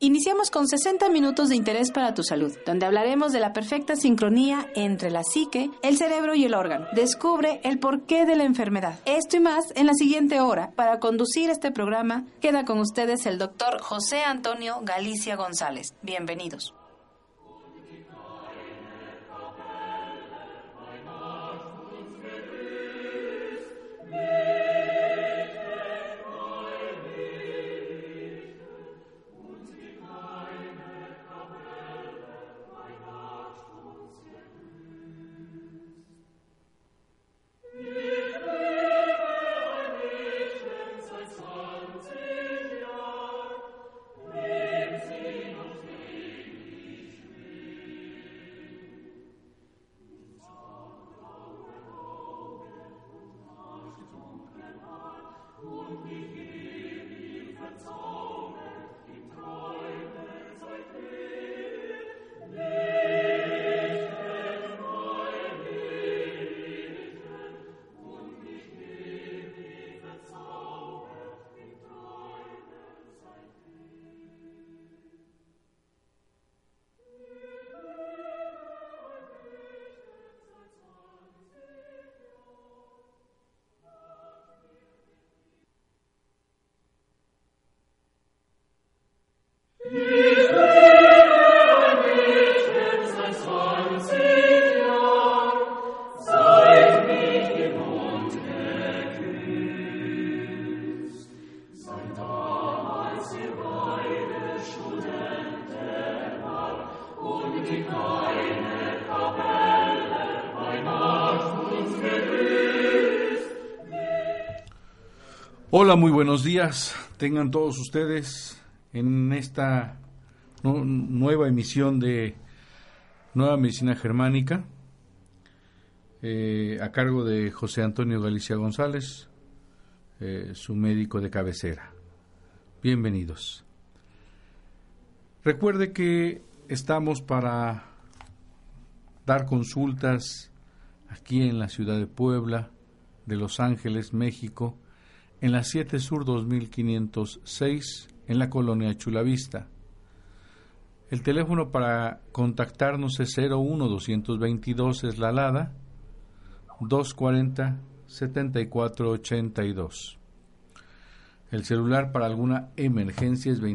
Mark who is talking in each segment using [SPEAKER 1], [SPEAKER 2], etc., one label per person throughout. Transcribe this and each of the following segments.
[SPEAKER 1] Iniciamos con 60 minutos de interés para tu salud, donde hablaremos de la perfecta sincronía entre la psique, el cerebro y el órgano. Descubre el porqué de la enfermedad. Esto y más en la siguiente hora. Para conducir este programa, queda con ustedes el doctor José Antonio Galicia González. Bienvenidos.
[SPEAKER 2] Hola, muy buenos días. Tengan todos ustedes en esta nueva emisión de Nueva Medicina Germánica, a cargo de José Antonio Galicia González, su médico de cabecera. Bienvenidos. Recuerde que estamos para dar consultas aquí en la ciudad de Puebla, de Los Ángeles, México, en la 7 Sur 2506, en la colonia Chulavista. El teléfono para contactarnos es 01-222, es la alada, 240-7482. El celular para alguna emergencia es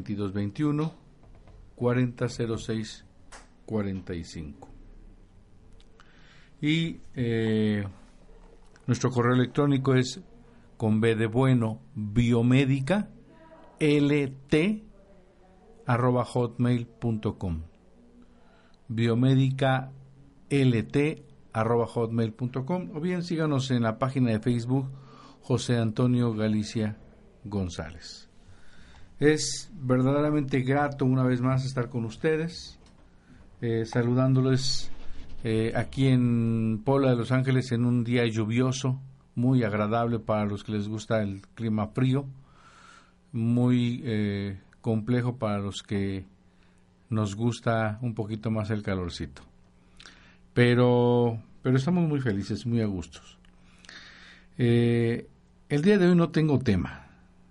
[SPEAKER 2] 2221-4006-45. Y nuestro correo electrónico es con B de bueno, biomédica, lt@hotmail.com. Biomédica lt@hotmail.com, o bien síganos en la página de Facebook José Antonio Galicia González. Es verdaderamente grato una vez más estar con ustedes, saludándoles aquí en Puebla de Los Ángeles en un día lluvioso, muy agradable para los que les gusta el clima frío, muy complejo para los que nos gusta un poquito más el calorcito. Pero estamos muy felices, muy a gustos. El día de hoy no tengo tema,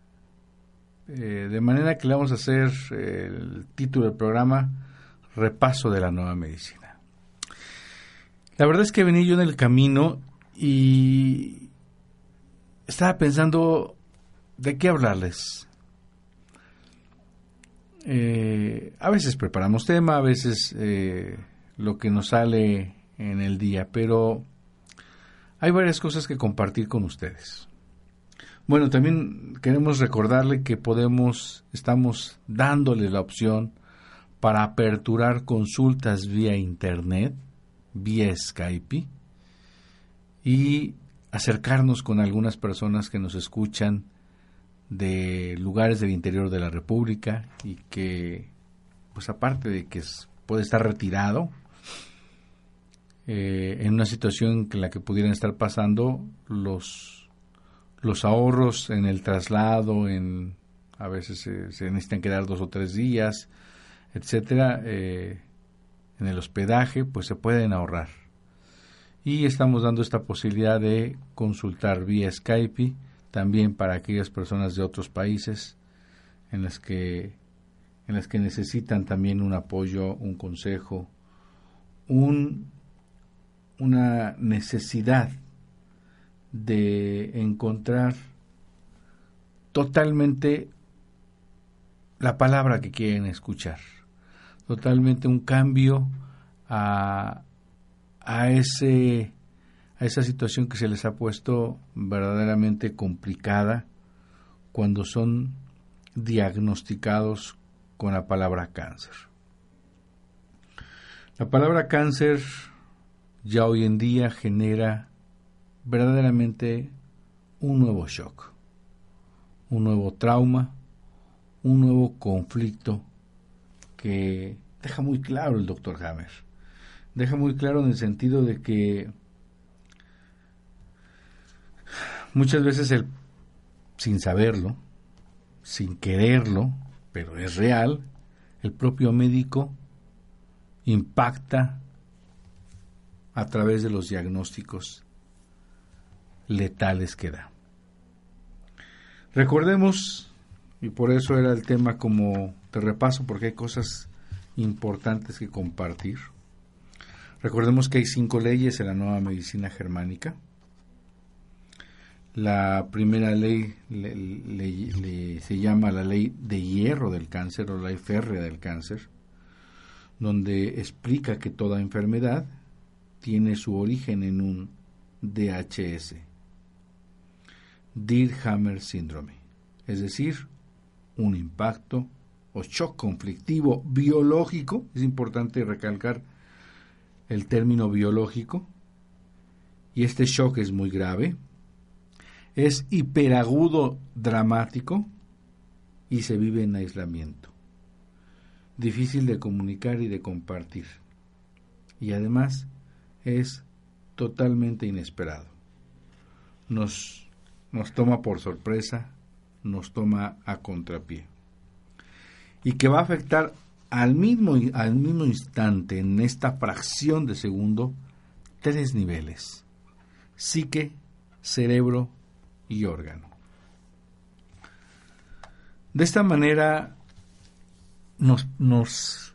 [SPEAKER 2] de manera que le vamos a hacer el título del programa, Repaso de la Nueva Medicina. La verdad es que venía yo en el camino y estaba pensando de qué hablarles. A veces preparamos tema, a veces lo que nos sale en el día, pero hay varias cosas que compartir con ustedes. Bueno, también queremos recordarle que estamos dándole la opción para aperturar consultas vía internet, vía Skype, y acercarnos con algunas personas que nos escuchan de lugares del interior de la República y que, pues aparte de que puede estar retirado, en una situación en la que pudieran estar pasando los ahorros en el traslado, a veces se necesitan quedar 2 o 3 días, etcétera, en el hospedaje, pues se pueden ahorrar. Y estamos dando esta posibilidad de consultar vía Skype también para aquellas personas de otros países en las que en las que necesitan también un apoyo, un consejo, una necesidad de encontrar totalmente la palabra que quieren escuchar, totalmente un cambio a esa situación que se les ha puesto verdaderamente complicada cuando son diagnosticados con la palabra cáncer. La palabra cáncer ya hoy en día genera verdaderamente un nuevo shock, un nuevo trauma, un nuevo conflicto que deja muy claro el doctor Hammer. Deja muy claro en el sentido de que muchas veces sin saberlo, sin quererlo, pero es real, el propio médico impacta a través de los diagnósticos letales que da. Recordemos, y por eso era el tema como de repaso, porque hay cosas importantes que compartir. Recordemos que hay 5 leyes en la nueva medicina germánica. La primera ley se llama la ley de hierro del cáncer o la ley férrea del cáncer, donde explica que toda enfermedad tiene su origen en un DHS, Dirkhammer Syndrome, es decir, un impacto o shock conflictivo biológico. Es importante recalcar el término biológico, y este shock es muy grave, es hiperagudo dramático y se vive en aislamiento, difícil de comunicar y de compartir, y además es totalmente inesperado. Nos toma por sorpresa, nos toma a contrapié, y que va a afectar al mismo instante, en esta fracción de segundo, 3 niveles: psique, cerebro y órgano. De esta manera nos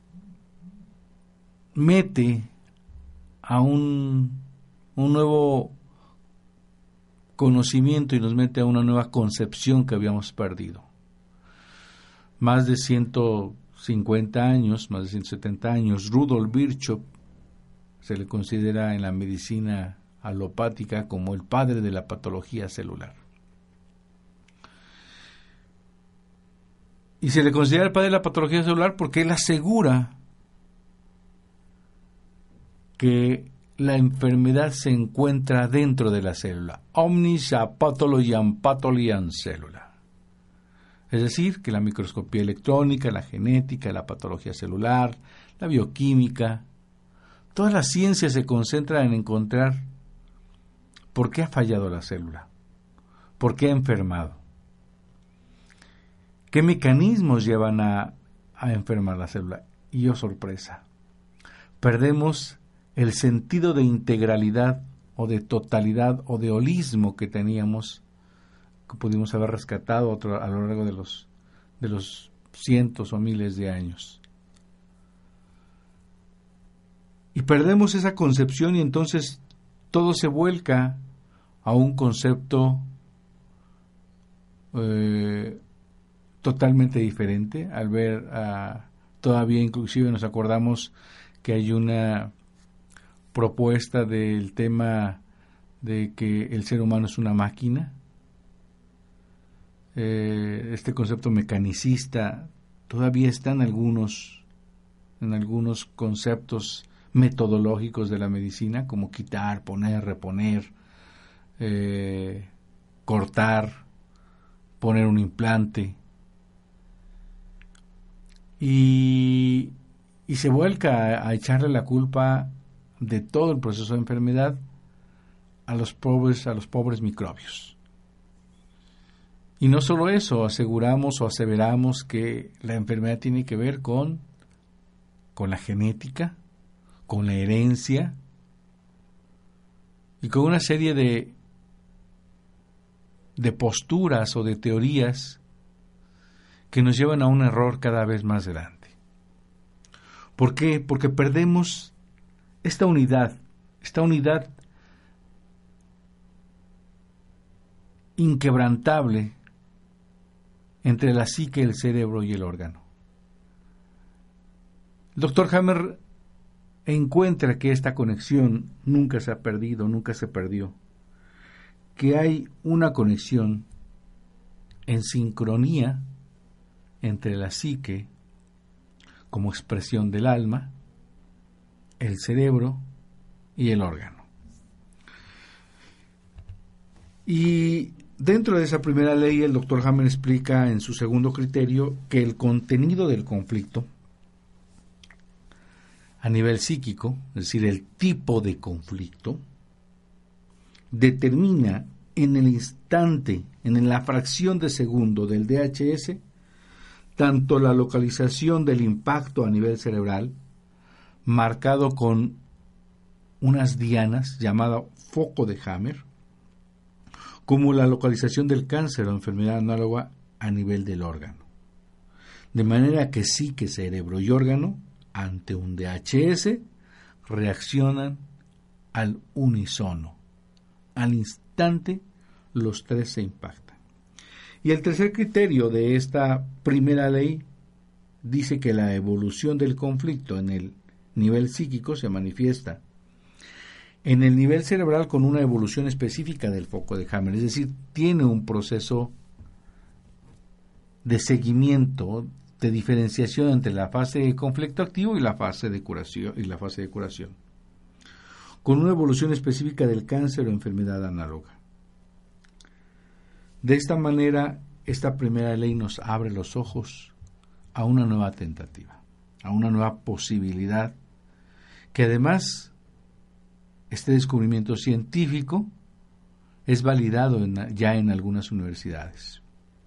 [SPEAKER 2] mete a un nuevo conocimiento y nos mete a una nueva concepción que habíamos perdido. Más de 150 años, más de 170 años, Rudolf Virchow se le considera en la medicina alopática como el padre de la patología celular. Y se le considera el padre de la patología celular porque él asegura que la enfermedad se encuentra dentro de la célula. Omnis a pathologiam patholiam cellula. Es decir, que la microscopía electrónica, la genética, la patología celular, la bioquímica, toda la ciencia se concentra en encontrar por qué ha fallado la célula, por qué ha enfermado, qué mecanismos llevan a enfermar la célula. Y oh sorpresa, perdemos el sentido de integralidad o de totalidad o de holismo que teníamos, que pudimos haber rescatado a lo largo de los cientos o miles de años. Y perdemos esa concepción, y entonces todo se vuelca a un concepto totalmente diferente. Al ver, todavía inclusive nos acordamos que hay una propuesta del tema de que el ser humano es una máquina. Este concepto mecanicista todavía está en algunos conceptos metodológicos de la medicina, como quitar, poner, reponer, cortar, poner un implante, y se vuelca a echarle la culpa de todo el proceso de enfermedad a los pobres microbios. Y no solo eso, aseguramos o aseveramos que la enfermedad tiene que ver con la genética, con la herencia y con una serie de posturas o de teorías que nos llevan a un error cada vez más grande. ¿Por qué? Porque perdemos esta unidad inquebrantable entre la psique, el cerebro y el órgano. El Dr. Hammer encuentra que esta conexión nunca se ha perdido, nunca se perdió, que hay una conexión en sincronía entre la psique como expresión del alma, el cerebro y el órgano. Y dentro de esa primera ley, el Dr. Hammer explica en su segundo criterio que el contenido del conflicto a nivel psíquico, es decir, el tipo de conflicto, determina en el instante, en la fracción de segundo del DHS, tanto la localización del impacto a nivel cerebral, marcado con unas dianas llamado foco de Hammer, como la localización del cáncer o enfermedad análoga a nivel del órgano. De manera que psique, cerebro y órgano, ante un DHS, reaccionan al unísono. Al instante, los tres se impactan. Y el tercer criterio de esta primera ley dice que la evolución del conflicto en el nivel psíquico se manifiesta en el nivel cerebral con una evolución específica del foco de Hammer, es decir, tiene un proceso de seguimiento, de diferenciación entre la fase de conflicto activo y la fase de curación, con una evolución específica del cáncer o enfermedad análoga. De esta manera, esta primera ley nos abre los ojos a una nueva tentativa, a una nueva posibilidad, que además este descubrimiento científico es validado ya en algunas universidades.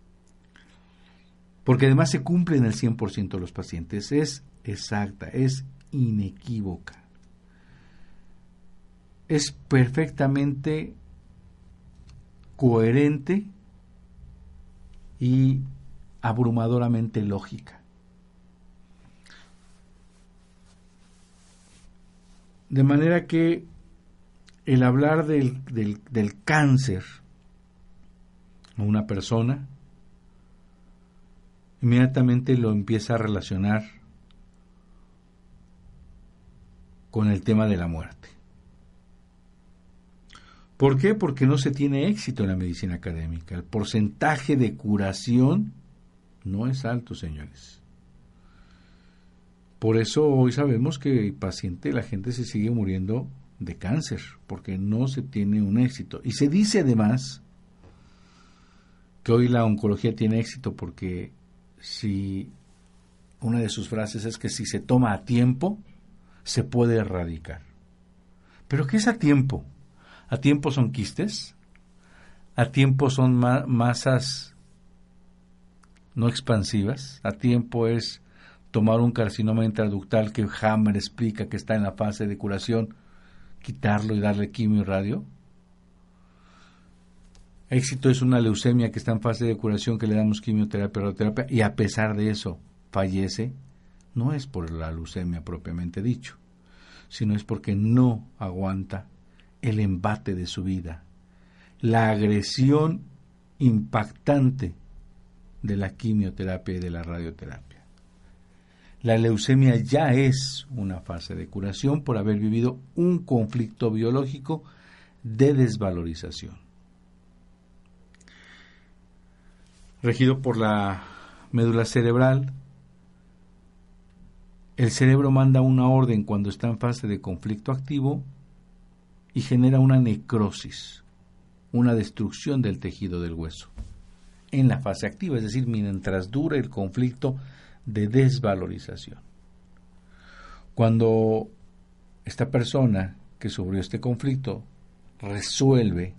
[SPEAKER 2] Porque además se cumple en el 100% de los pacientes, es exacta, es inequívoca, es perfectamente coherente y abrumadoramente lógica. De manera que el hablar del cáncer a una persona, inmediatamente lo empieza a relacionar con el tema de la muerte. ¿Por qué? Porque no se tiene éxito en la medicina académica. El porcentaje de curación no es alto, señores. Por eso hoy sabemos que la gente se sigue muriendo de cáncer, porque no se tiene un éxito. Y se dice además que hoy la oncología tiene éxito porque una de sus frases es que si se toma a tiempo, se puede erradicar. ¿Pero qué es a tiempo? ¿A tiempo son quistes? ¿A tiempo son masas no expansivas? ¿A tiempo es tomar un carcinoma intraductal que Hammer explica que está en la fase de curación, quitarlo y darle quimio y radio? Éxito es una leucemia que está en fase de curación, que le damos quimioterapia, radioterapia, y a pesar de eso fallece. No es por la leucemia propiamente dicho, sino es porque no aguanta el embate de su vida, la agresión impactante de la quimioterapia y de la radioterapia. La leucemia ya es una fase de curación por haber vivido un conflicto biológico de desvalorización. Regido por la médula cerebral, el cerebro manda una orden cuando está en fase de conflicto activo y genera una necrosis, una destrucción del tejido del hueso en la fase activa, es decir, mientras dura el conflicto de desvalorización. Cuando esta persona que sufrió este conflicto resuelve,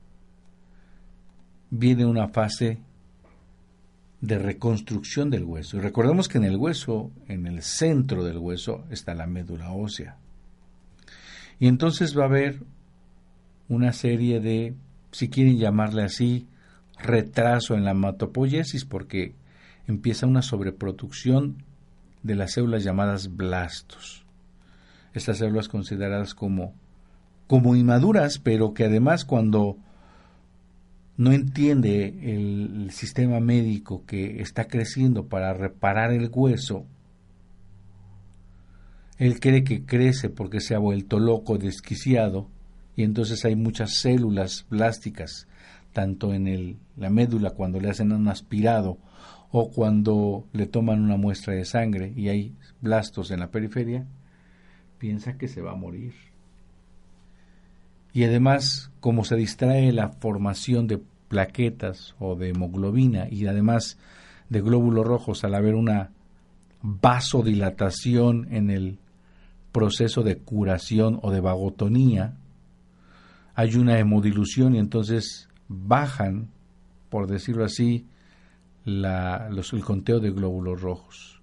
[SPEAKER 2] viene una fase de reconstrucción del hueso. Y recordemos que en el hueso, en el centro del hueso, está la médula ósea. Y entonces va a haber una serie de, si quieren llamarle así, retraso en la hematopoiesis, porque empieza una sobreproducción de las células llamadas blastos. Estas células consideradas como inmaduras, pero que además cuando no entiende el sistema médico que está creciendo para reparar el hueso, él cree que crece porque se ha vuelto loco, desquiciado, y entonces hay muchas células blásticas, tanto en la médula cuando le hacen un aspirado o cuando le toman una muestra de sangre y hay blastos en la periferia, piensa que se va a morir. Y además, como se distrae la formación de plaquetas o de hemoglobina y además de glóbulos rojos al haber una vasodilatación en el proceso de curación o de vagotonía, hay una hemodilución y entonces bajan, por decirlo así, el conteo de glóbulos rojos.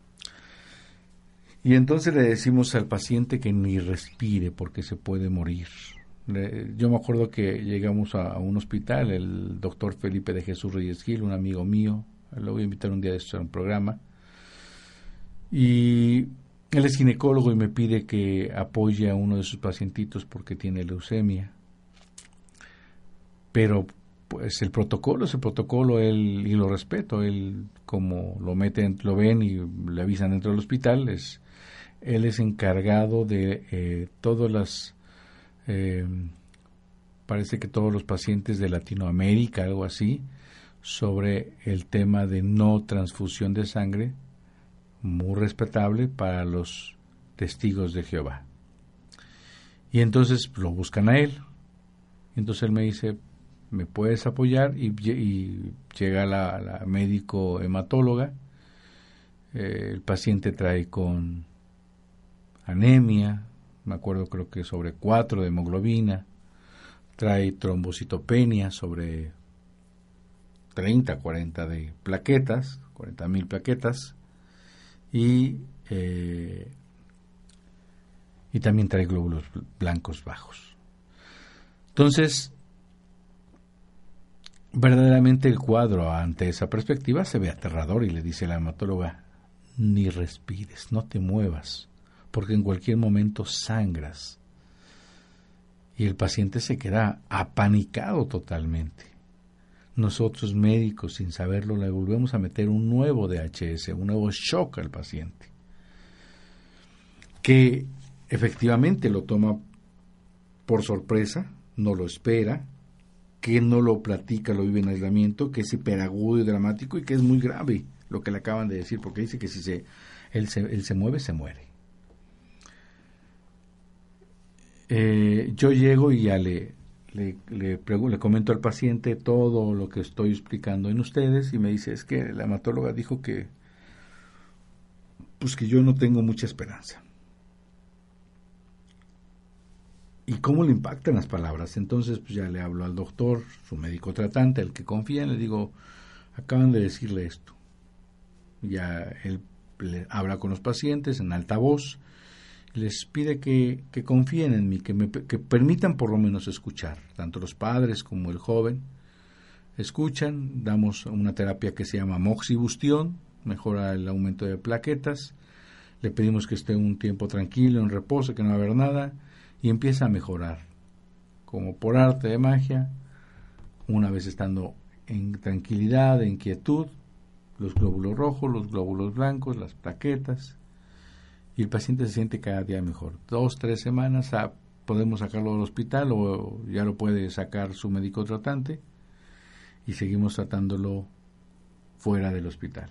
[SPEAKER 2] Y entonces le decimos al paciente que ni respire porque se puede morir. Yo me acuerdo que llegamos a un hospital, el doctor Felipe de Jesús Reyes Gil, un amigo mío, lo voy a invitar un día a estar en un programa, y él es ginecólogo y me pide que apoye a uno de sus pacientitos porque tiene leucemia. Pero pues el protocolo es el protocolo, él, y lo respeto, él como lo ven y le avisan dentro del hospital, él es encargado de todas las, parece que todos los pacientes de Latinoamérica, algo así, sobre el tema de no transfusión de sangre, muy respetable para los testigos de Jehová. Y entonces lo buscan a él, entonces él me dice, ¿me puedes apoyar? Y llega la médico hematóloga, el paciente trae con anemia, me acuerdo creo que sobre 4 de hemoglobina, trae trombocitopenia sobre 30, 40 de plaquetas, 40,000 plaquetas, y también trae glóbulos blancos bajos. Entonces, verdaderamente el cuadro ante esa perspectiva se ve aterrador y le dice la hematóloga, ni respires, no te muevas, porque en cualquier momento sangras. Y el paciente se queda apanicado totalmente. Nosotros médicos, sin saberlo, le volvemos a meter un nuevo DHS, un nuevo shock al paciente, que efectivamente lo toma por sorpresa, no lo espera, que no lo platica, lo vive en aislamiento, que es hiperagudo y dramático y que es muy grave lo que le acaban de decir, porque dice que si él se mueve, se muere. Yo llego y ya le comento al paciente todo lo que estoy explicando en ustedes y me dice, es que la hematóloga dijo que pues que yo no tengo mucha esperanza. ¿Y cómo le impactan las palabras? Entonces pues ya le hablo al doctor, su médico tratante, al que confía, le digo, acaban de decirle esto. Ya él le habla con los pacientes en alta voz, les pide que confíen en mí, que permitan por lo menos escuchar, tanto los padres como el joven escuchan, damos una terapia que se llama moxibustión, mejora el aumento de plaquetas, le pedimos que esté un tiempo tranquilo, en reposo, que no va a haber nada, y empieza a mejorar, como por arte de magia, una vez estando en tranquilidad, en quietud, los glóbulos rojos, los glóbulos blancos, las plaquetas, y el paciente se siente cada día mejor. 2-3 semanas podemos sacarlo del hospital o ya lo puede sacar su médico tratante y seguimos tratándolo fuera del hospital.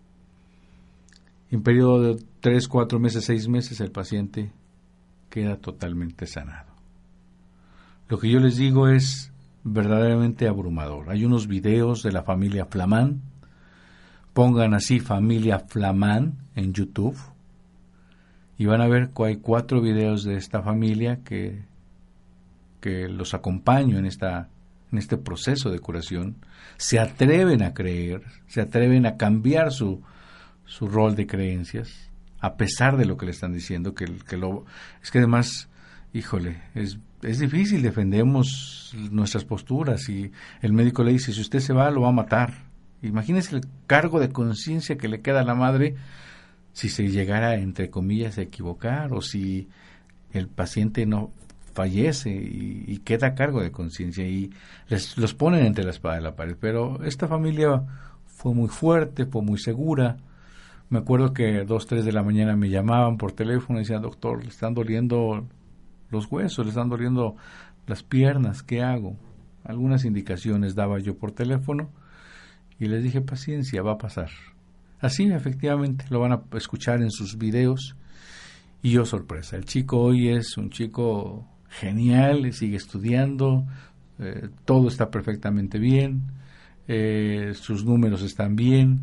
[SPEAKER 2] En periodo de 3, 4 meses, 6 meses, el paciente queda totalmente sanado. Lo que yo les digo es verdaderamente abrumador. Hay unos videos de la familia Flamán, pongan así familia Flamán en YouTube, y van a ver que hay 4 videos de esta familia que los acompaño en este proceso de curación. Se atreven a creer, se atreven a cambiar su rol de creencias, a pesar de lo que le están diciendo, es que además, híjole, es difícil, defendemos nuestras posturas y el médico le dice, si usted se va, lo va a matar. Imagínense el cargo de conciencia que le queda a la madre si se llegara, entre comillas, a equivocar, o si el paciente no fallece y queda a cargo de conciencia, y los ponen entre la espada y la pared. Pero esta familia fue muy fuerte, fue muy segura. Me acuerdo que 2, 3 de la mañana me llamaban por teléfono y decían: doctor, le están doliendo los huesos, le están doliendo las piernas, ¿qué hago? Algunas indicaciones daba yo por teléfono y les dije: paciencia, va a pasar. Así, efectivamente, lo van a escuchar en sus videos. Y yo, sorpresa, el chico hoy es un chico genial, sigue estudiando, todo está perfectamente bien, sus números están bien,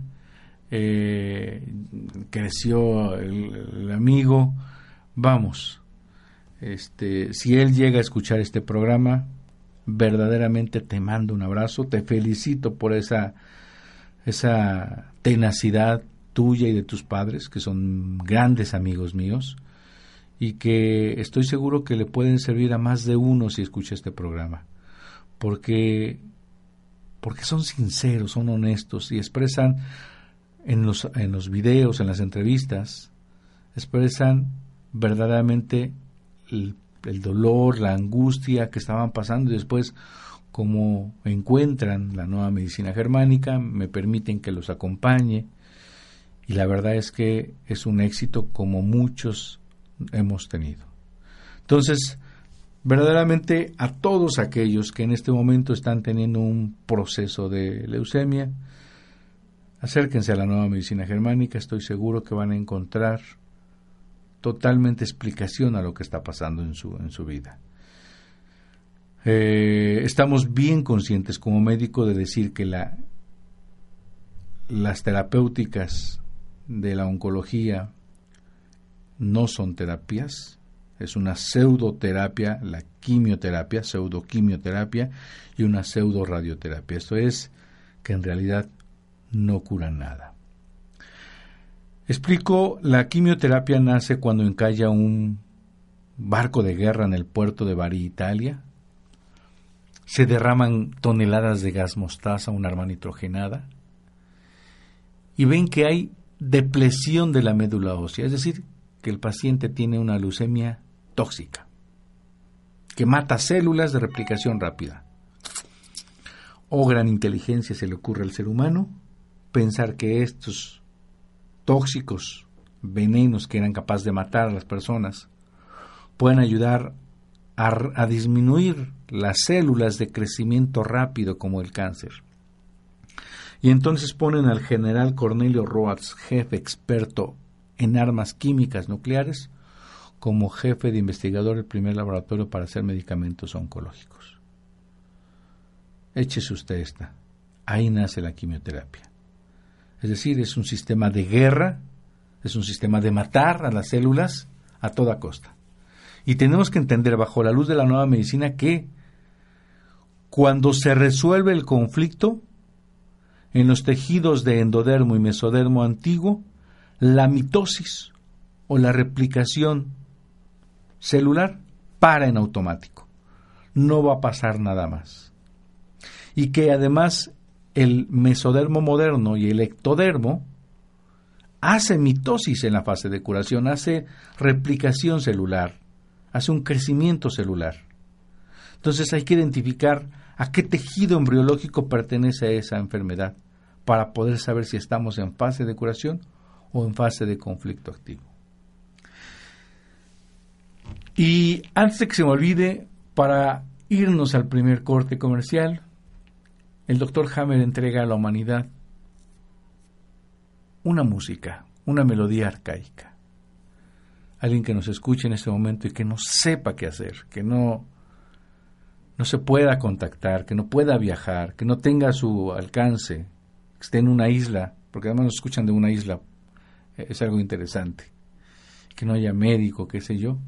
[SPEAKER 2] creció el amigo. Vamos, si él llega a escuchar este programa, verdaderamente te mando un abrazo, te felicito por esa tenacidad tuya y de tus padres, que son grandes amigos míos, y que estoy seguro que le pueden servir a más de uno si escucha este programa, porque son sinceros, son honestos y expresan en los videos, en las entrevistas, expresan verdaderamente el dolor, la angustia que estaban pasando, y después como encuentran la nueva medicina germánica, me permiten que los acompañe, y la verdad es que es un éxito como muchos hemos tenido. Entonces, verdaderamente a todos aquellos que en este momento están teniendo un proceso de leucemia, acérquense a la nueva medicina germánica. Estoy seguro que van a encontrar totalmente explicación a lo que está pasando en su vida. Estamos bien conscientes como médico de decir que las terapéuticas de la oncología no son terapias, es una pseudoterapia, la quimioterapia, pseudoquimioterapia, y una pseudoradioterapia. Esto es que en realidad no curan nada. Explico, la quimioterapia nace cuando encalla un barco de guerra en el puerto de Bari, Italia. Se derraman toneladas de gas mostaza, un arma nitrogenada, y ven que hay depresión de la médula ósea, es decir, que el paciente tiene una leucemia tóxica, que mata células de replicación rápida. Oh, gran inteligencia se le ocurre al ser humano pensar que estos tóxicos venenos que eran capaces de matar a las personas pueden ayudar a disminuir las células de crecimiento rápido como el cáncer. Y entonces ponen al general Cornelio Roats, jefe experto en armas químicas nucleares, como jefe de investigador del primer laboratorio para hacer medicamentos oncológicos. Échese usted esta. Ahí nace la quimioterapia. Es decir, es un sistema de guerra, es un sistema de matar a las células a toda costa. Y tenemos que entender, bajo la luz de la nueva medicina, que cuando se resuelve el conflicto en los tejidos de endodermo y mesodermo antiguo, la mitosis o la replicación celular para en automático. No va a pasar nada más. Y que además el mesodermo moderno y el ectodermo hace mitosis en la fase de curación, hace replicación celular, hace un crecimiento celular. Entonces hay que identificar a qué tejido embriológico pertenece a esa enfermedad para poder saber si estamos en fase de curación o en fase de conflicto activo. Y antes de que se me olvide, para irnos al primer corte comercial, el Dr. Hammer entrega a la humanidad una música, una melodía arcaica. Alguien que nos escuche en este momento y que no sepa qué hacer, que no se pueda contactar, que no pueda viajar, que no tenga a su alcance, que esté en una isla, porque además nos escuchan de una isla, es algo interesante, que no haya médico, qué sé yo,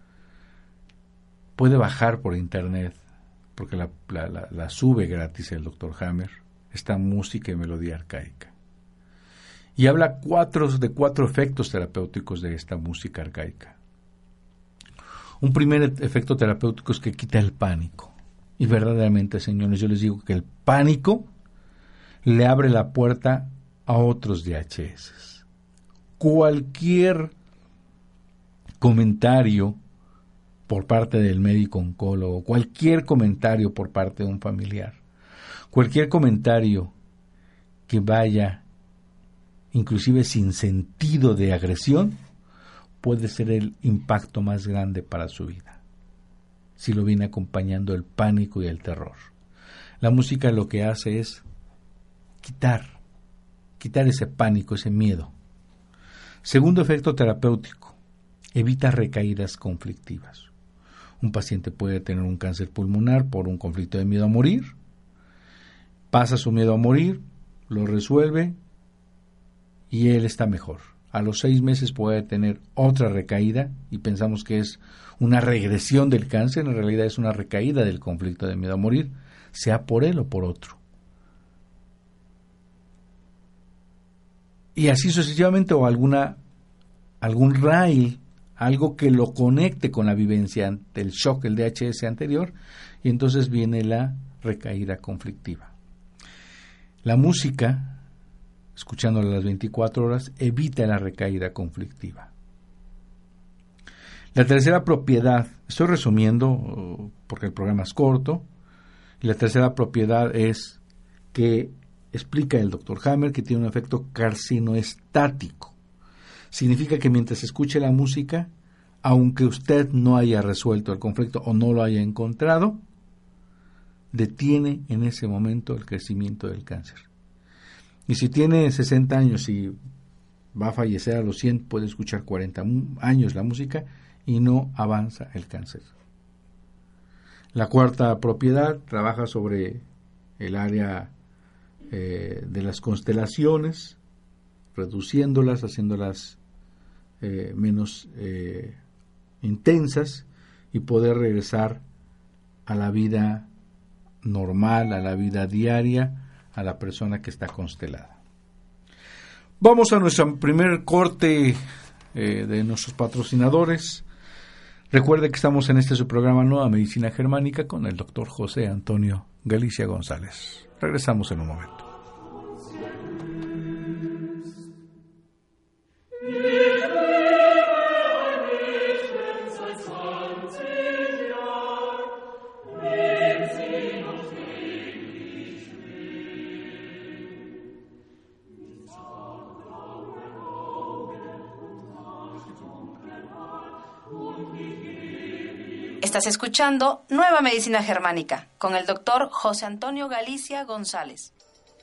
[SPEAKER 2] puede bajar por internet, porque la sube gratis el Dr. Hammer, esta música y melodía arcaica. Y habla de cuatro efectos terapéuticos de esta música arcaica. Un primer efecto terapéutico es que quita el pánico. Y verdaderamente, señores, yo les digo que el pánico le abre la puerta a otros DHS. Cualquier comentario por parte del médico oncólogo, cualquier comentario por parte de un familiar, cualquier comentario que vaya inclusive sin sentido de agresión, puede ser el impacto más grande para su vida, si lo viene acompañando el pánico y el terror. La música lo que hace es quitar ese pánico, ese miedo. Segundo efecto terapéutico, evita recaídas conflictivas. Un paciente puede tener un cáncer pulmonar por un conflicto de miedo a morir, pasa su miedo a morir, lo resuelve y él está mejor. A los 6 meses puede tener otra recaída y pensamos que es una regresión del cáncer, en realidad es una recaída del conflicto de miedo a morir, sea por él o por otro. Y así sucesivamente, o algún rail, algo que lo conecte con la vivencia del shock, el DHS anterior, y entonces viene la recaída conflictiva. La música, escuchándola a las 24 horas, evita la recaída conflictiva. La tercera propiedad, estoy resumiendo porque el programa es corto, y la tercera propiedad es que explica el Dr. Hammer que tiene un efecto carcinoestático. Significa que mientras escuche la música, aunque usted no haya resuelto el conflicto o no lo haya encontrado, detiene en ese momento el crecimiento del cáncer. Y si tiene 60 años y va a fallecer a los 100, puede escuchar 40 años la música y no avanza el cáncer. La cuarta propiedad trabaja sobre el área de las constelaciones, reduciéndolas, haciéndolas menos intensas y poder regresar a la vida normal, a la vida diaria, a la persona que está constelada. Vamos a nuestro primer corte de nuestros patrocinadores. Recuerde que estamos en su programa Nueva Medicina Germánica con el doctor José Antonio Galicia González. Regresamos en un momento.
[SPEAKER 1] Estás escuchando Nueva Medicina Germánica con el doctor José Antonio Galicia González.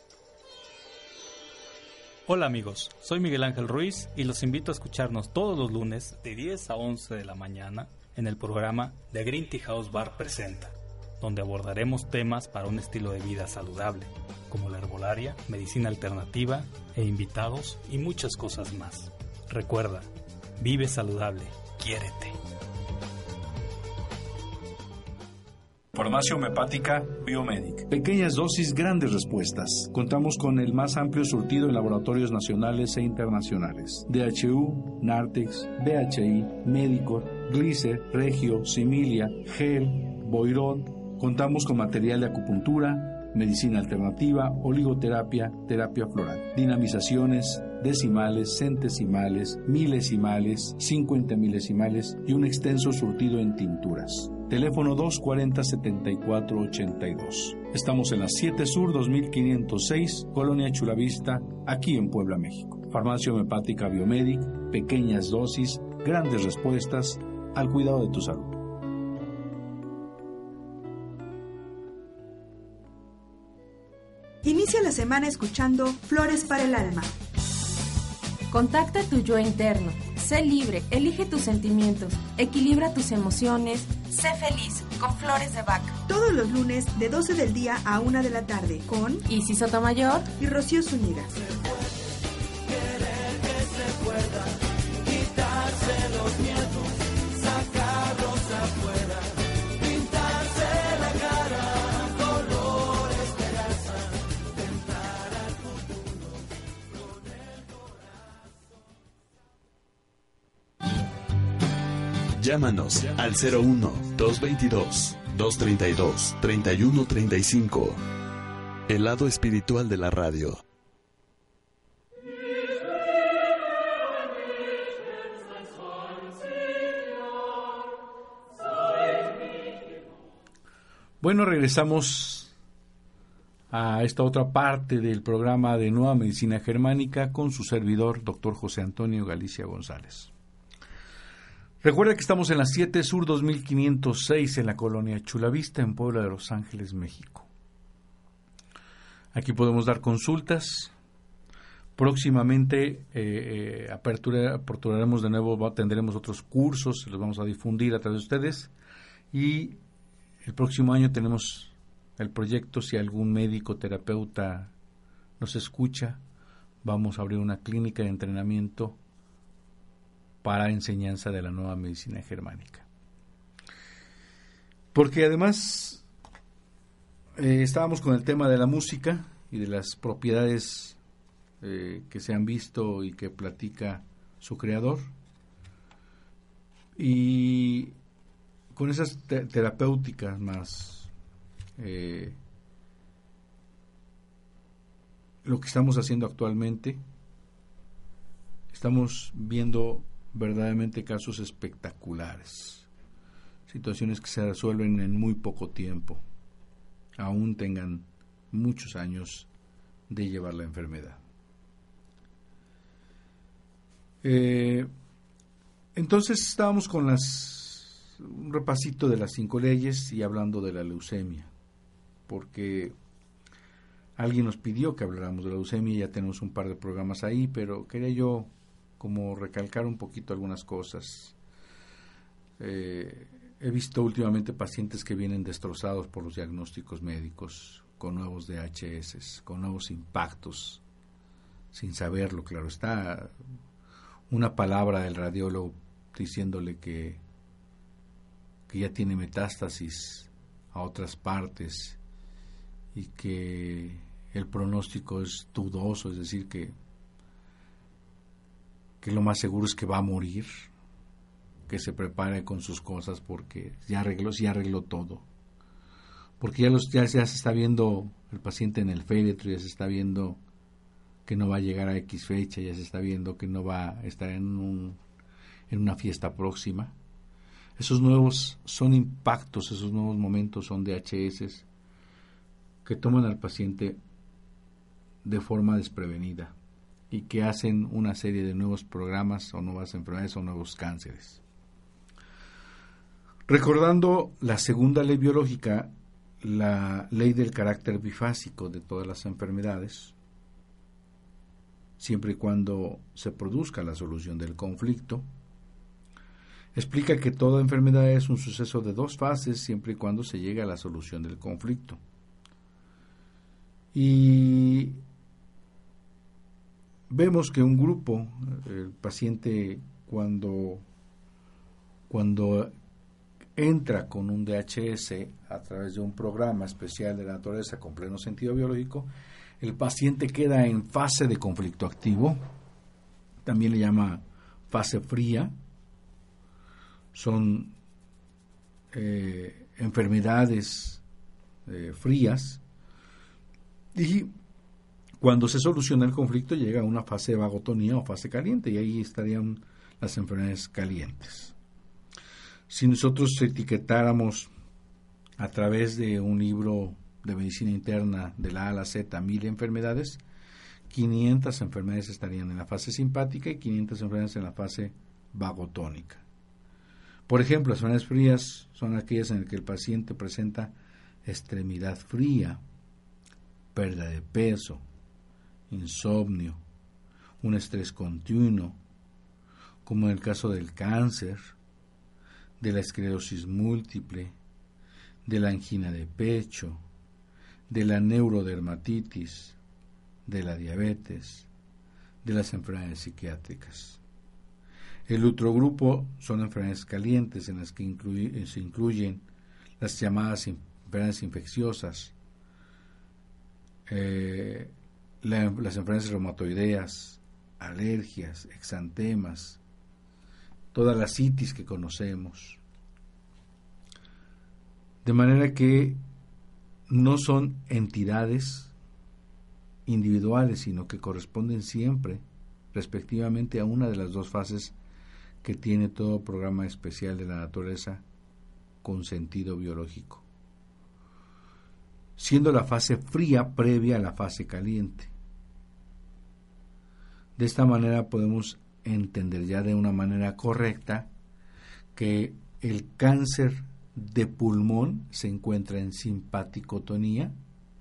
[SPEAKER 3] Hola amigos, soy Miguel Ángel Ruiz y los invito a escucharnos todos los lunes de 10 a 11 de la mañana en el programa The Green Tea House Bar Presenta, donde abordaremos temas para un estilo de vida saludable, como la herbolaria, medicina alternativa e invitados y muchas cosas más. Recuerda, vive saludable, quiérete.
[SPEAKER 4] Farmacia homeopática Biomedic.
[SPEAKER 5] Pequeñas dosis, grandes respuestas. Contamos con el más amplio surtido en laboratorios nacionales e internacionales. DHU, Nartex, BHI, Medicor, Glicer, Regio, Similia, Gel, Boirón. Contamos con material de acupuntura, medicina alternativa, oligoterapia, terapia floral, dinamizaciones, decimales, centesimales, milesimales, 50 milesimales y un extenso surtido en tinturas. Teléfono 240-7482. Estamos en la 7 Sur 2506, Colonia Chulavista, aquí en Puebla, México. Farmacia homeopática Biomedic, pequeñas dosis, grandes respuestas al cuidado de tu salud.
[SPEAKER 6] Inicia la semana escuchando Flores para el Alma.
[SPEAKER 7] Contacta tu yo interno. Sé libre, elige tus sentimientos, equilibra tus emociones, sé feliz con Flores de Bach.
[SPEAKER 6] Todos los lunes de 12 del día a 1 de la tarde con
[SPEAKER 7] Isis Sotomayor
[SPEAKER 6] y Rocío Zúñiga.
[SPEAKER 8] Llámanos al 01-222-232-3135. El lado espiritual de la radio.
[SPEAKER 2] Bueno, regresamos a esta otra parte del programa de Nueva Medicina Germánica con su servidor, doctor José Antonio Galicia González. Recuerda que estamos en la 7 Sur 2506 en la colonia Chulavista, en Puebla de Los Ángeles, México. Aquí podemos dar consultas. Próximamente aperturaremos de nuevo, tendremos otros cursos, los vamos a difundir a través de ustedes. Y el próximo año tenemos el proyecto, si algún médico terapeuta nos escucha, vamos a abrir una clínica de entrenamiento para enseñanza de la nueva medicina germánica. Porque además estábamos con el tema de la música y de las propiedades que se han visto y que platica su creador. Y con esas terapéuticas más lo que estamos haciendo actualmente, estamos viendo verdaderamente casos espectaculares, situaciones que se resuelven en muy poco tiempo, aún tengan muchos años de llevar la enfermedad. Entonces estábamos con un repasito de las 5 leyes y hablando de la leucemia, porque alguien nos pidió que habláramos de la leucemia y ya tenemos un par de programas ahí, pero quería yo como recalcar un poquito algunas cosas. He visto últimamente pacientes que vienen destrozados por los diagnósticos médicos, con nuevos DHS, con nuevos impactos, sin saberlo, claro está. Una palabra del radiólogo diciéndole que ya tiene metástasis a otras partes y que el pronóstico es dudoso, es decir, que lo más seguro es que va a morir, que se prepare con sus cosas porque ya arregló todo. Porque ya se está viendo el paciente en el féretro, ya se está viendo que no va a llegar a X fecha, ya se está viendo que no va a estar en una fiesta próxima. Esos nuevos son impactos, esos nuevos momentos son DHS que toman al paciente de forma desprevenida y que hacen una serie de nuevos programas o nuevas enfermedades o nuevos cánceres. Recordando la segunda ley biológica, la ley del carácter bifásico de todas las enfermedades, siempre y cuando se produzca la solución del conflicto, explica que toda enfermedad es un suceso de 2 fases siempre y cuando se llegue a la solución del conflicto. Y vemos que un grupo, el paciente cuando entra con un DHS a través de un programa especial de la naturaleza con pleno sentido biológico, el paciente queda en fase de conflicto activo, también le llama fase fría. Son enfermedades frías, y cuando se soluciona el conflicto llega a una fase de vagotonía o fase caliente, y ahí estarían las enfermedades calientes. Si nosotros etiquetáramos a través de un libro de medicina interna de la A a la Z 1000 enfermedades, 500 enfermedades estarían en la fase simpática y 500 enfermedades en la fase vagotónica. Por ejemplo, las enfermedades frías son aquellas en las que el paciente presenta extremidad fría, pérdida de peso, insomnio, un estrés continuo, como en el caso del cáncer, de la esclerosis múltiple, de la angina de pecho, de la neurodermatitis, de la diabetes, de las enfermedades psiquiátricas. El otro grupo son enfermedades calientes, en las que se incluyen las llamadas enfermedades infecciosas, las enfermedades reumatoideas, alergias, exantemas, toda la citis que conocemos. De manera que no son entidades individuales, sino que corresponden siempre, respectivamente, a una de las dos fases que tiene todo programa especial de la naturaleza con sentido biológico, siendo la fase fría previa a la fase caliente. De esta manera podemos entender ya de una manera correcta que el cáncer de pulmón se encuentra en simpaticotonía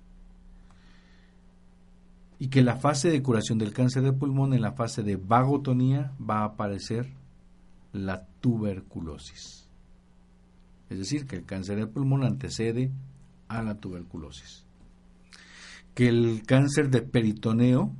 [SPEAKER 2] y que la fase de curación del cáncer de pulmón, en la fase de vagotonía, va a aparecer la tuberculosis. Es decir, que el cáncer de pulmón antecede a la tuberculosis. Que el cáncer de peritoneo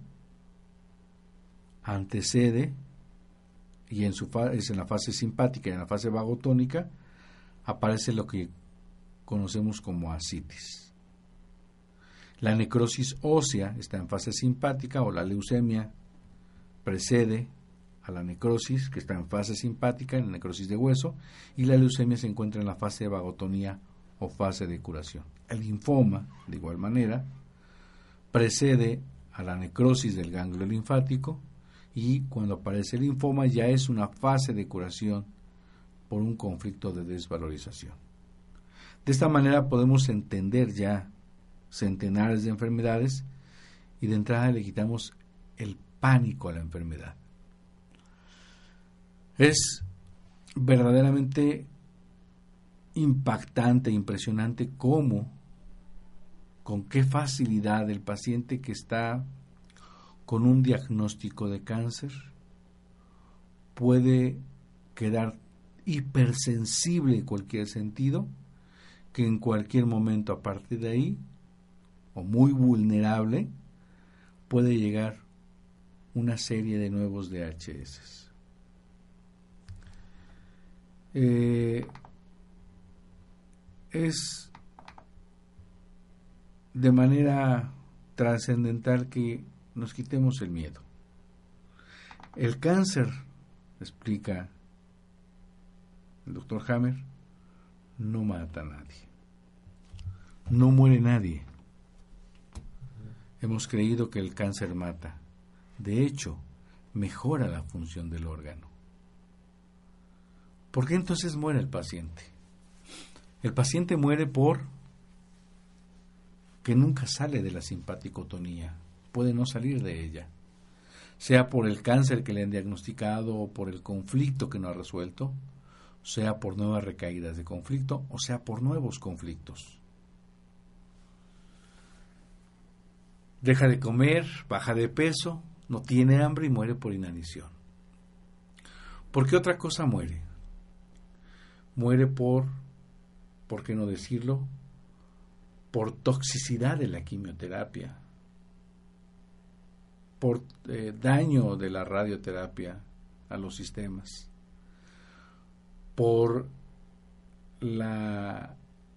[SPEAKER 2] antecede, y es en la fase simpática y en la fase vagotónica, aparece lo que conocemos como ascitis. La necrosis ósea está en fase simpática, o la leucemia precede a la necrosis, que está en fase simpática, en la necrosis de hueso, y la leucemia se encuentra en la fase de vagotonía o fase de curación. El linfoma, de igual manera, precede a la necrosis del ganglio linfático, y cuando aparece el linfoma ya es una fase de curación por un conflicto de desvalorización. De esta manera podemos entender ya centenares de enfermedades, y de entrada le quitamos el pánico a la enfermedad. Es verdaderamente impactante, impresionante con qué facilidad el paciente que está con un diagnóstico de cáncer puede quedar hipersensible en cualquier sentido, que en cualquier momento a partir de ahí, o muy vulnerable, puede llegar una serie de nuevos DHS. Es de manera trascendental que nos quitemos el miedo. El cáncer, explica el doctor Hammer, no mata a nadie. No muere nadie. Hemos creído que el cáncer mata. De hecho, mejora la función del órgano. ¿Por qué entonces muere el paciente? El paciente muere por que nunca sale de la simpaticotonía, puede no salir de ella, sea por el cáncer que le han diagnosticado o por el conflicto que no ha resuelto, sea por nuevas recaídas de conflicto o sea por nuevos conflictos. Deja de comer, baja de peso, no tiene hambre y muere por inanición. ¿Por qué otra cosa muere? Muere por qué no decirlo, por toxicidad de la quimioterapia, por daño de la radioterapia a los sistemas, por la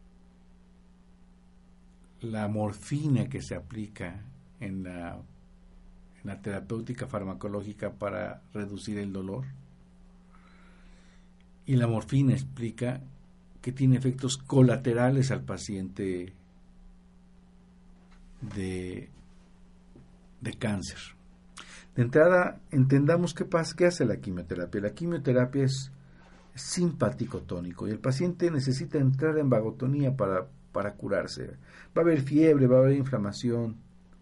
[SPEAKER 2] morfina que se aplica en la terapéutica farmacológica para reducir el dolor. Y la morfina explica que tiene efectos colaterales al paciente de cáncer. De entrada, entendamos qué hace la quimioterapia. La quimioterapia es simpaticotónico y el paciente necesita entrar en vagotonía para curarse. Va a haber fiebre, va a haber inflamación.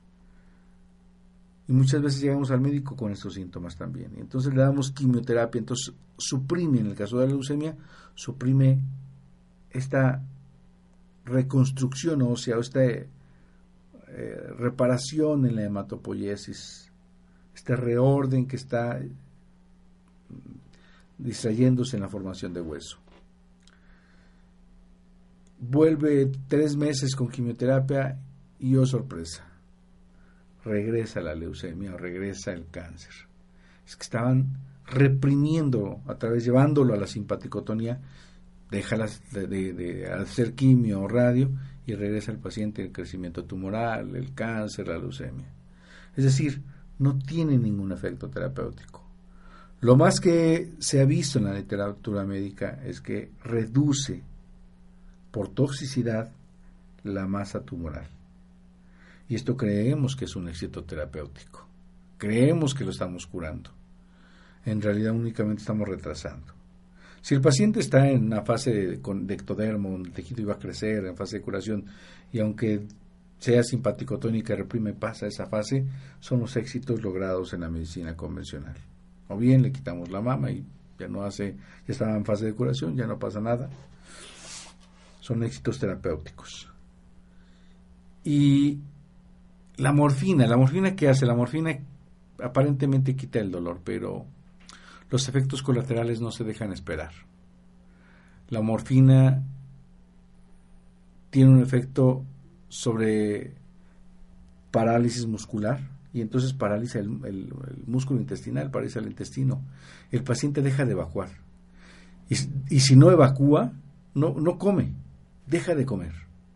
[SPEAKER 2] Y muchas veces llegamos al médico con estos síntomas también. Y entonces le damos quimioterapia. Entonces suprime, en el caso de la leucemia, suprime esta reconstrucción ósea o esta reparación en la hematopoiesis, este reorden que está distrayéndose en la formación de hueso. Vuelve 3 meses con quimioterapia y oh sorpresa, regresa la leucemia o regresa el cáncer. Es que estaban reprimiendo llevándolo a la simpaticotonía, deja de hacer quimio o radio y regresa el paciente el crecimiento tumoral, el cáncer, la leucemia. Es decir, no tiene ningún efecto terapéutico. Lo más que se ha visto en la literatura médica es que reduce por toxicidad la masa tumoral. Y esto creemos que es un éxito terapéutico. Creemos que lo estamos curando. En realidad únicamente estamos retrasando. Si el paciente está en una fase de ectodermo, donde el tejido iba a crecer, en fase de curación, y aunque sea simpaticotónica y reprime, pasa esa fase, son los éxitos logrados en la medicina convencional. O bien le quitamos la mama y ya estaba en fase de curación, ya no pasa nada. Son éxitos terapéuticos. Y la morfina, ¿qué hace? La morfina aparentemente quita el dolor, pero los efectos colaterales no se dejan esperar. La morfina tiene un efecto sobre parálisis muscular y entonces paraliza el músculo intestinal, paraliza el intestino. El paciente deja de evacuar. Y si no evacúa, no come, deja de comer.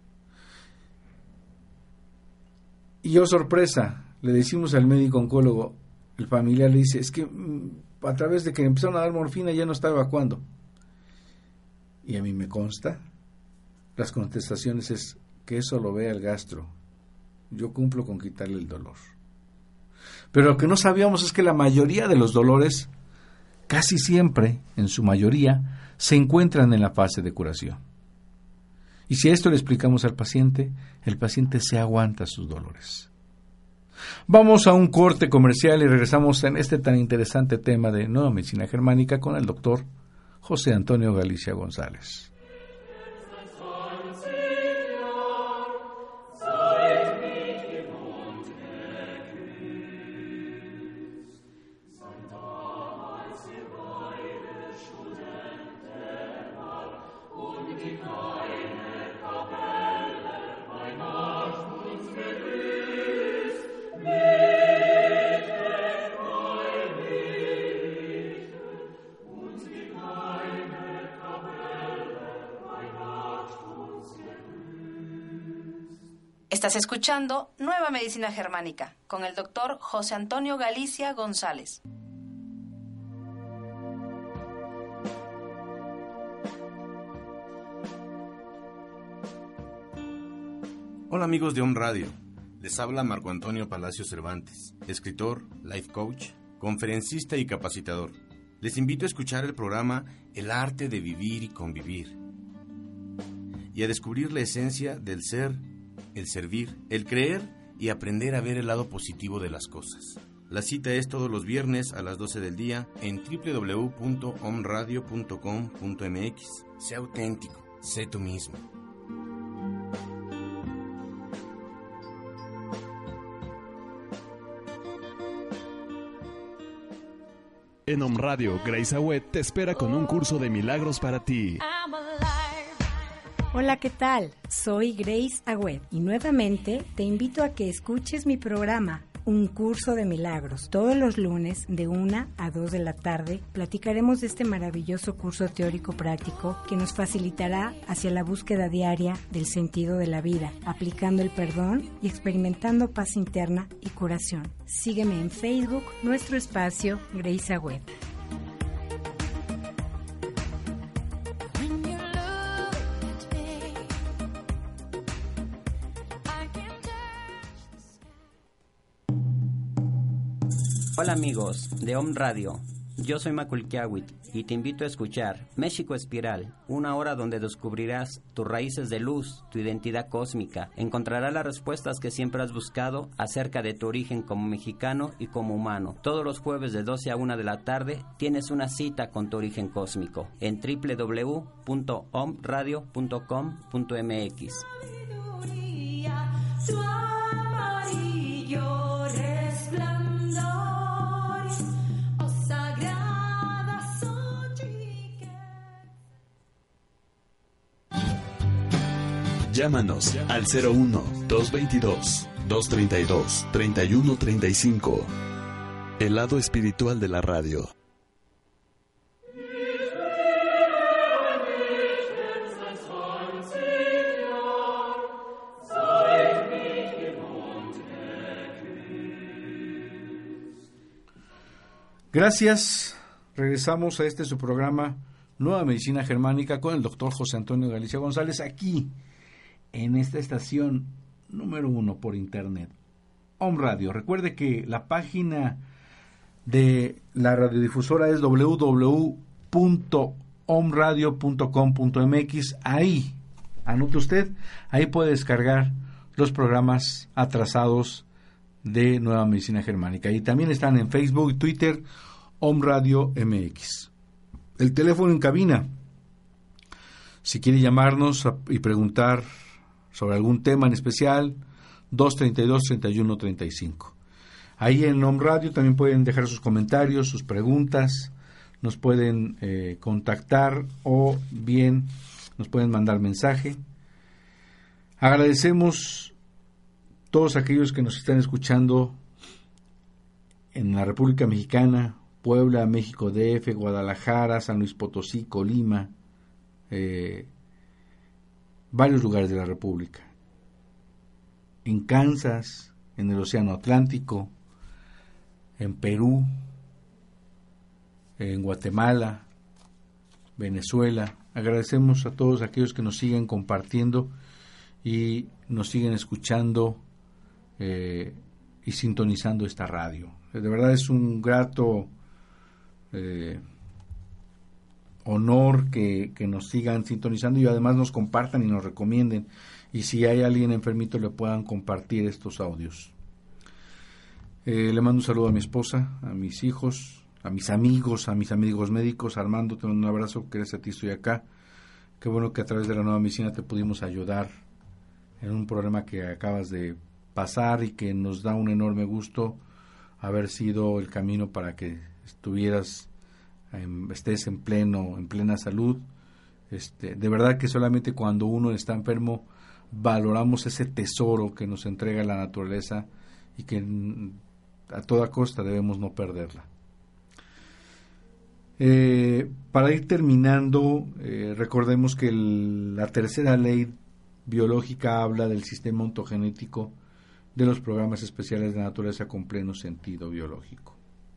[SPEAKER 2] Y sorpresa, le decimos al médico oncólogo, el familiar le dice, es que a través de que empezaron a dar morfina ya no está evacuando. Y a mí me consta, las contestaciones es que eso lo vea el gastro. Yo cumplo con quitarle el dolor. Pero lo que no sabíamos es que la mayoría de los dolores, casi siempre, en su mayoría, se encuentran en la fase de curación. Y si a esto le explicamos al paciente, el paciente se aguanta sus dolores. Vamos a un corte comercial y regresamos en este tan interesante tema de nueva medicina germánica con el doctor José Antonio Galicia González.
[SPEAKER 1] Estás escuchando Nueva Medicina Germánica con el doctor José Antonio Galicia González.
[SPEAKER 9] Hola amigos de Om Radio, les habla Marco Antonio Palacio Cervantes, escritor, life coach, conferencista y capacitador. Les invito a escuchar el programa El arte de vivir y convivir y a descubrir la esencia del ser, el servir, el creer y aprender a ver el lado positivo de las cosas. La cita es todos los viernes a las 12 del día en www.omradio.com.mx. Sé auténtico, sé tú mismo.
[SPEAKER 8] En Om Radio, Grace Agüed te espera con un curso de milagros para ti.
[SPEAKER 10] Hola, ¿qué tal? Soy Grace Agüed y nuevamente te invito a que escuches mi programa, Un Curso de Milagros. Todos los lunes de 1 a 2 de la tarde platicaremos de este maravilloso curso teórico práctico que nos facilitará hacia la búsqueda diaria del sentido de la vida, aplicando el perdón y experimentando paz interna y curación. Sígueme en Facebook, nuestro espacio Grace Agüed.
[SPEAKER 11] Hola amigos de Om Radio, yo soy Maculquiawit y te invito a escuchar México Espiral, una hora donde descubrirás tus raíces de luz, tu identidad cósmica, encontrarás las respuestas que siempre has buscado acerca de tu origen como mexicano y como humano. Todos los jueves de 12 a 1 de la tarde tienes una cita con tu origen cósmico en www.omradio.com.mx.
[SPEAKER 8] Llámanos al 01-222-232-3135. El lado espiritual de la radio.
[SPEAKER 2] Gracias. Regresamos a su programa Nueva Medicina Germánica con el doctor José Antonio Galicia González aquí en esta estación número 1 por internet, Om Radio. Recuerde que la página de la radiodifusora es www.omradio.com.mx. Ahí, anote usted, ahí puede descargar los programas atrasados de Nueva Medicina Germánica. Y también están en Facebook y Twitter, Om Radio MX. El teléfono en cabina, si quiere llamarnos y preguntar sobre algún tema en especial, 232-3135. Ahí en Om Radio también pueden dejar sus comentarios, sus preguntas, nos pueden contactar o bien nos pueden mandar mensaje. Agradecemos todos aquellos que nos están escuchando en la República Mexicana, Puebla, México DF, Guadalajara, San Luis Potosí, Colima, varios lugares de la República. En Kansas, en el Océano Atlántico, en Perú, en Guatemala, Venezuela. Agradecemos a todos aquellos que nos siguen compartiendo y nos siguen escuchando y sintonizando esta radio. De verdad es un grato honor que nos sigan sintonizando y además nos compartan y nos recomienden, y si hay alguien enfermito le puedan compartir estos audios. Le mando un saludo a mi esposa, a mis hijos, a mis amigos médicos. Armando, te mando un abrazo, gracias a ti estoy acá. Qué bueno que a través de la Nueva Medicina te pudimos ayudar en un problema que acabas de pasar y que nos da un enorme gusto haber sido el camino para que estés en plena salud. De verdad que solamente cuando uno está enfermo valoramos ese tesoro que nos entrega la naturaleza y que a toda costa debemos no perderla. Para ir terminando, recordemos que la tercera ley biológica habla del sistema ontogenético de los programas especiales de naturaleza con pleno sentido biológico.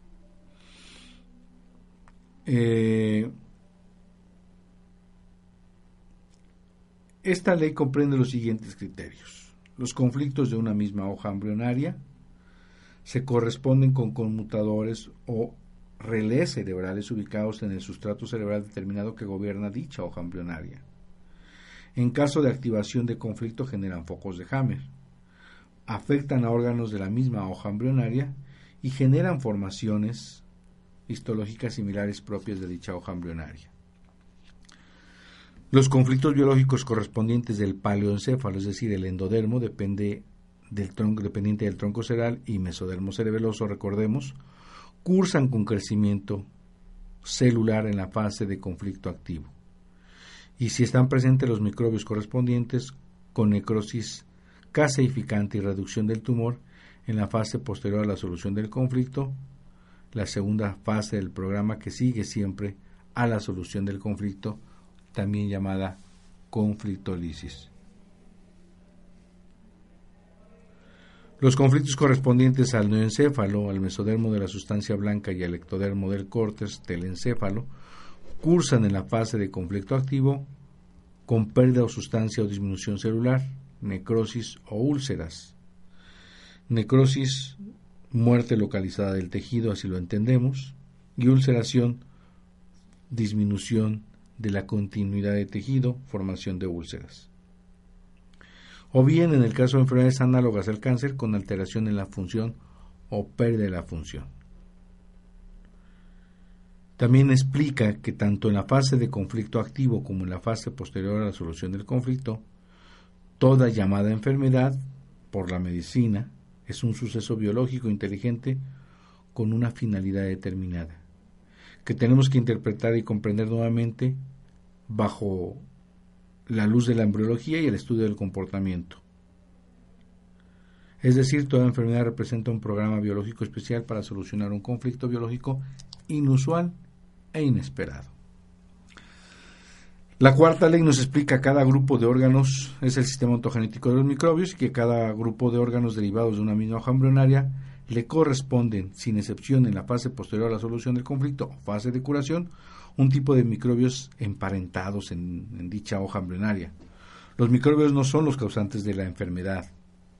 [SPEAKER 2] Esta ley comprende los siguientes criterios. Los conflictos de una misma hoja embrionaria se corresponden con conmutadores o relés cerebrales ubicados en el sustrato cerebral determinado que gobierna dicha hoja embrionaria. En caso de activación de conflicto generan focos de Hammer, afectan a órganos de la misma hoja embrionaria y generan formaciones histológicas similares propias de dicha hoja embrionaria. Los conflictos biológicos correspondientes del paleoencéfalo, es decir, el endodermo, dependiente del tronco cerebral y mesodermo cerebeloso, recordemos, cursan con crecimiento celular en la fase de conflicto activo. Y si están presentes los microbios correspondientes, con necrosis caseificante y reducción del tumor en la fase posterior a la solución del conflicto, la segunda fase del programa que sigue siempre a la solución del conflicto, también llamada conflictólisis. Los conflictos correspondientes al neoencéfalo, al mesodermo de la sustancia blanca y al ectodermo del córtex del encéfalo cursan en la fase de conflicto activo con pérdida o sustancia o disminución celular, necrosis o úlceras. Necrosis, muerte localizada del tejido, así lo entendemos, y ulceración, disminución de la continuidad de tejido, formación de úlceras. O bien, en el caso de enfermedades análogas al cáncer, con alteración en la función o pérdida de la función. También explica que tanto en la fase de conflicto activo como en la fase posterior a la solución del conflicto, toda llamada enfermedad, por la medicina, es un suceso biológico inteligente con una finalidad determinada, que tenemos que interpretar y comprender nuevamente bajo la luz de la embriología y el estudio del comportamiento. Es decir, toda enfermedad representa un programa biológico especial para solucionar un conflicto biológico inusual e inesperado. La cuarta ley nos explica que cada grupo de órganos es el sistema ontogenético de los microbios y que cada grupo de órganos derivados de una misma hoja embrionaria le corresponden, sin excepción en la fase posterior a la solución del conflicto o fase de curación, un tipo de microbios emparentados en dicha hoja embrionaria. Los microbios no son los causantes de la enfermedad,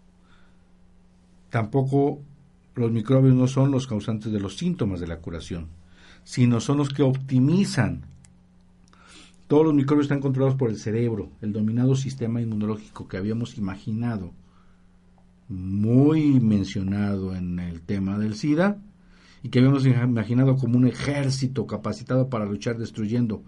[SPEAKER 2] Tampoco los microbios no son los causantes de los síntomas de la curación, sino son los que optimizan. Todos los microbios están controlados por el cerebro, el dominado sistema inmunológico que habíamos imaginado, muy mencionado en el tema del SIDA, y que habíamos imaginado como un ejército capacitado para luchar destruyendo,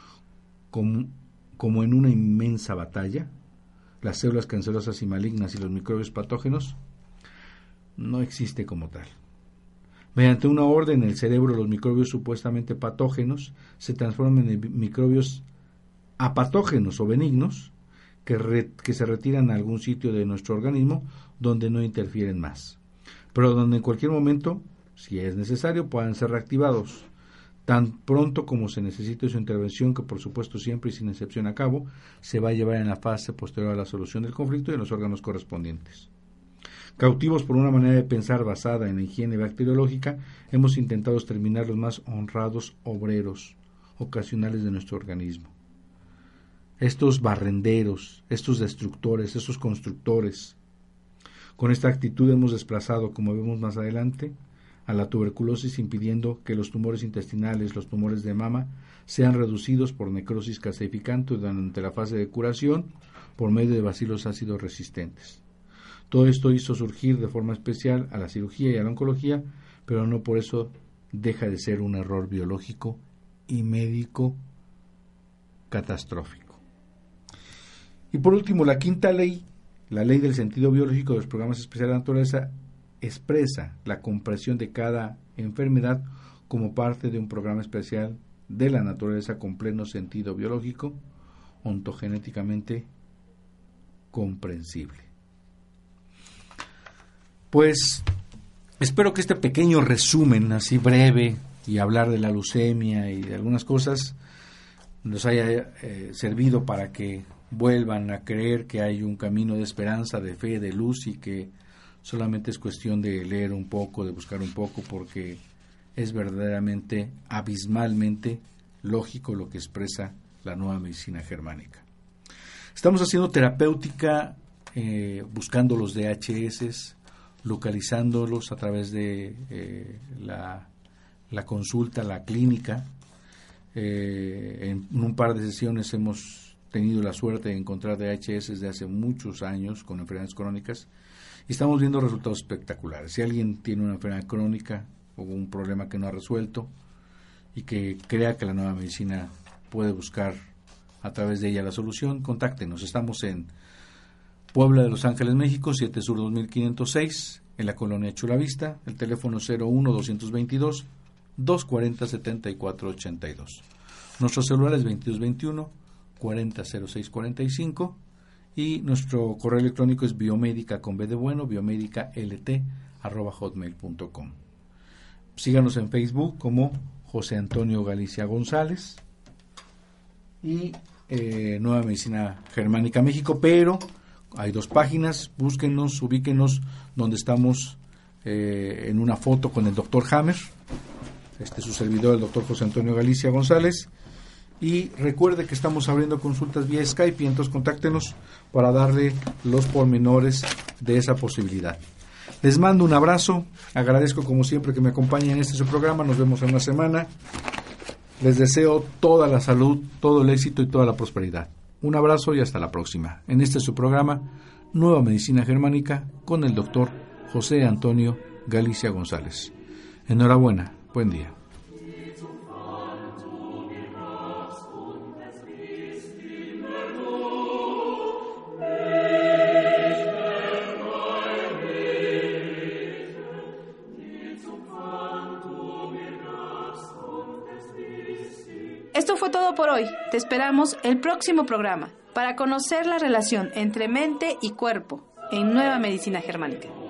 [SPEAKER 2] como en una inmensa batalla, las células cancerosas y malignas y los microbios patógenos, no existe como tal. Mediante una orden en el cerebro, los microbios supuestamente patógenos se transforman en microbios apatógenos o benignos que se retiran a algún sitio de nuestro organismo donde no interfieren más, pero donde en cualquier momento, si es necesario, puedan ser reactivados, tan pronto como se necesite su intervención, que por supuesto siempre y sin excepción a cabo, se va a llevar en la fase posterior a la solución del conflicto y en los órganos correspondientes. Cautivos por una manera de pensar basada en la higiene bacteriológica, hemos intentado exterminar los más honrados obreros ocasionales de nuestro organismo. Estos barrenderos, estos destructores, estos constructores. Con esta actitud hemos desplazado, como vemos más adelante, a la tuberculosis, impidiendo que los tumores intestinales, los tumores de mama, sean reducidos por necrosis calcificante durante la fase de curación por medio de bacilos ácidos resistentes. Todo esto hizo surgir de forma especial a la cirugía y a la oncología, pero no por eso deja de ser un error biológico y médico catastrófico. Y por último, la quinta ley, la ley del sentido biológico de los programas especiales de la naturaleza, expresa la comprensión de cada enfermedad como parte de un programa especial de la naturaleza con pleno sentido biológico, ontogenéticamente comprensible. Pues espero que este pequeño resumen, así breve, y hablar de la leucemia y de algunas cosas, nos haya servido para que vuelvan a creer que hay un camino de esperanza, de fe, de luz, y que solamente es cuestión de leer un poco, de buscar un poco, porque es verdaderamente, abismalmente lógico lo que expresa la nueva medicina germánica. Estamos haciendo terapéutica, buscando los DHS, localizándolos a través de la consulta, la clínica. En un par de sesiones hemos tenido la suerte de encontrar DHS desde hace muchos años con enfermedades crónicas y estamos viendo resultados espectaculares. Si alguien tiene una enfermedad crónica o un problema que no ha resuelto y que crea que la nueva medicina puede buscar a través de ella la solución, contáctenos. Estamos en Puebla de Los Ángeles, México, 7 Sur 2506, en la colonia Chulavista, el teléfono 01-222-240-7482. Nuestro celular es 2221-400645 y nuestro correo electrónico es biomedica con B de bueno, biomedicalt@hotmail.com. Síganos en Facebook como José Antonio Galicia González y Nueva Medicina Germánica México, pero hay dos páginas, búsquenos, ubíquenos, donde estamos en una foto con el doctor Hammer, su servidor, el doctor José Antonio Galicia González, y recuerde que estamos abriendo consultas vía Skype y entonces contáctenos para darle los pormenores de esa posibilidad. Les mando un abrazo, agradezco como siempre que me acompañen en este su programa, nos vemos en una semana, les deseo toda la salud, todo el éxito y toda la prosperidad. Un abrazo y hasta la próxima. En este su programa, Nueva Medicina Germánica, con el doctor José Antonio Galicia González. Enhorabuena, buen día.
[SPEAKER 1] Esto fue todo por hoy. Te esperamos el próximo programa para conocer la relación entre mente y cuerpo en Nueva Medicina Germánica.